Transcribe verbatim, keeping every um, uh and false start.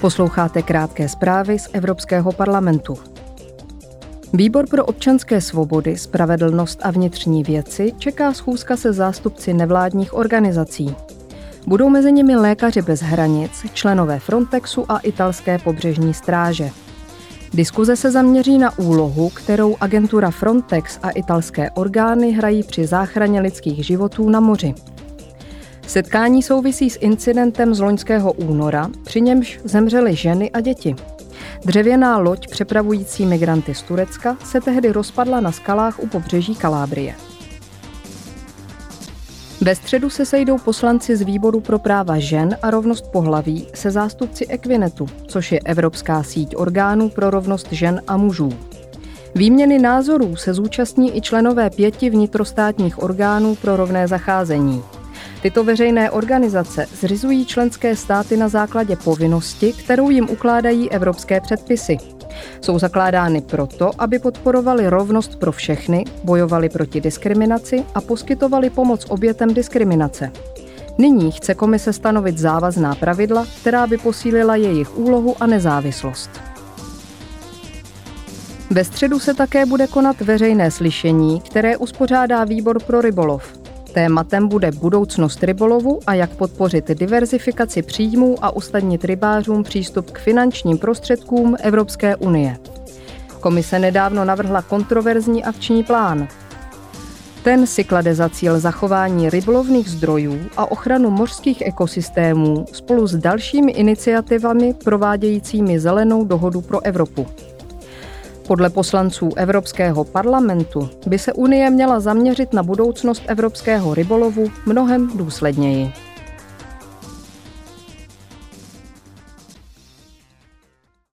Posloucháte krátké zprávy z Evropského parlamentu. Výbor pro občanské svobody, spravedlnost a vnitřní věci čeká schůzka se zástupci nevládních organizací. Budou mezi nimi Lékaři bez hranic, členové Frontexu a italské pobřežní stráže. Diskuze se zaměří na úlohu, kterou agentura Frontex a italské orgány hrají při záchraně lidských životů na moři. Setkání souvisí s incidentem z loňského února, při němž zemřely ženy a děti. Dřevěná loď přepravující migranty z Turecka se tehdy rozpadla na skalách u pobřeží Kalábrie. Ve středu se sejdou poslanci z Výboru pro práva žen a rovnost pohlaví se zástupci Equinetu, což je Evropská síť orgánů pro rovnost žen a mužů. Výměny názorů se zúčastní i členové pěti vnitrostátních orgánů pro rovné zacházení. Tyto veřejné organizace zřizují členské státy na základě povinnosti, kterou jim ukládají evropské předpisy. Jsou zakládány proto, aby podporovali rovnost pro všechny, bojovali proti diskriminaci a poskytovali pomoc obětem diskriminace. Nyní chce komise stanovit závazná pravidla, která by posílila jejich úlohu a nezávislost. Ve středu se také bude konat veřejné slyšení, které uspořádá Výbor pro rybolov. Tématem bude budoucnost rybolovu a jak podpořit diverzifikaci příjmů a usnadnit rybářům přístup k finančním prostředkům Evropské unie. Komise nedávno navrhla kontroverzní akční plán. Ten si klade za cíl zachování rybolovných zdrojů a ochranu mořských ekosystémů spolu s dalšími iniciativami provádějícími zelenou dohodu pro Evropu. Podle poslanců Evropského parlamentu by se Unie měla zaměřit na budoucnost evropského rybolovu mnohem důsledněji.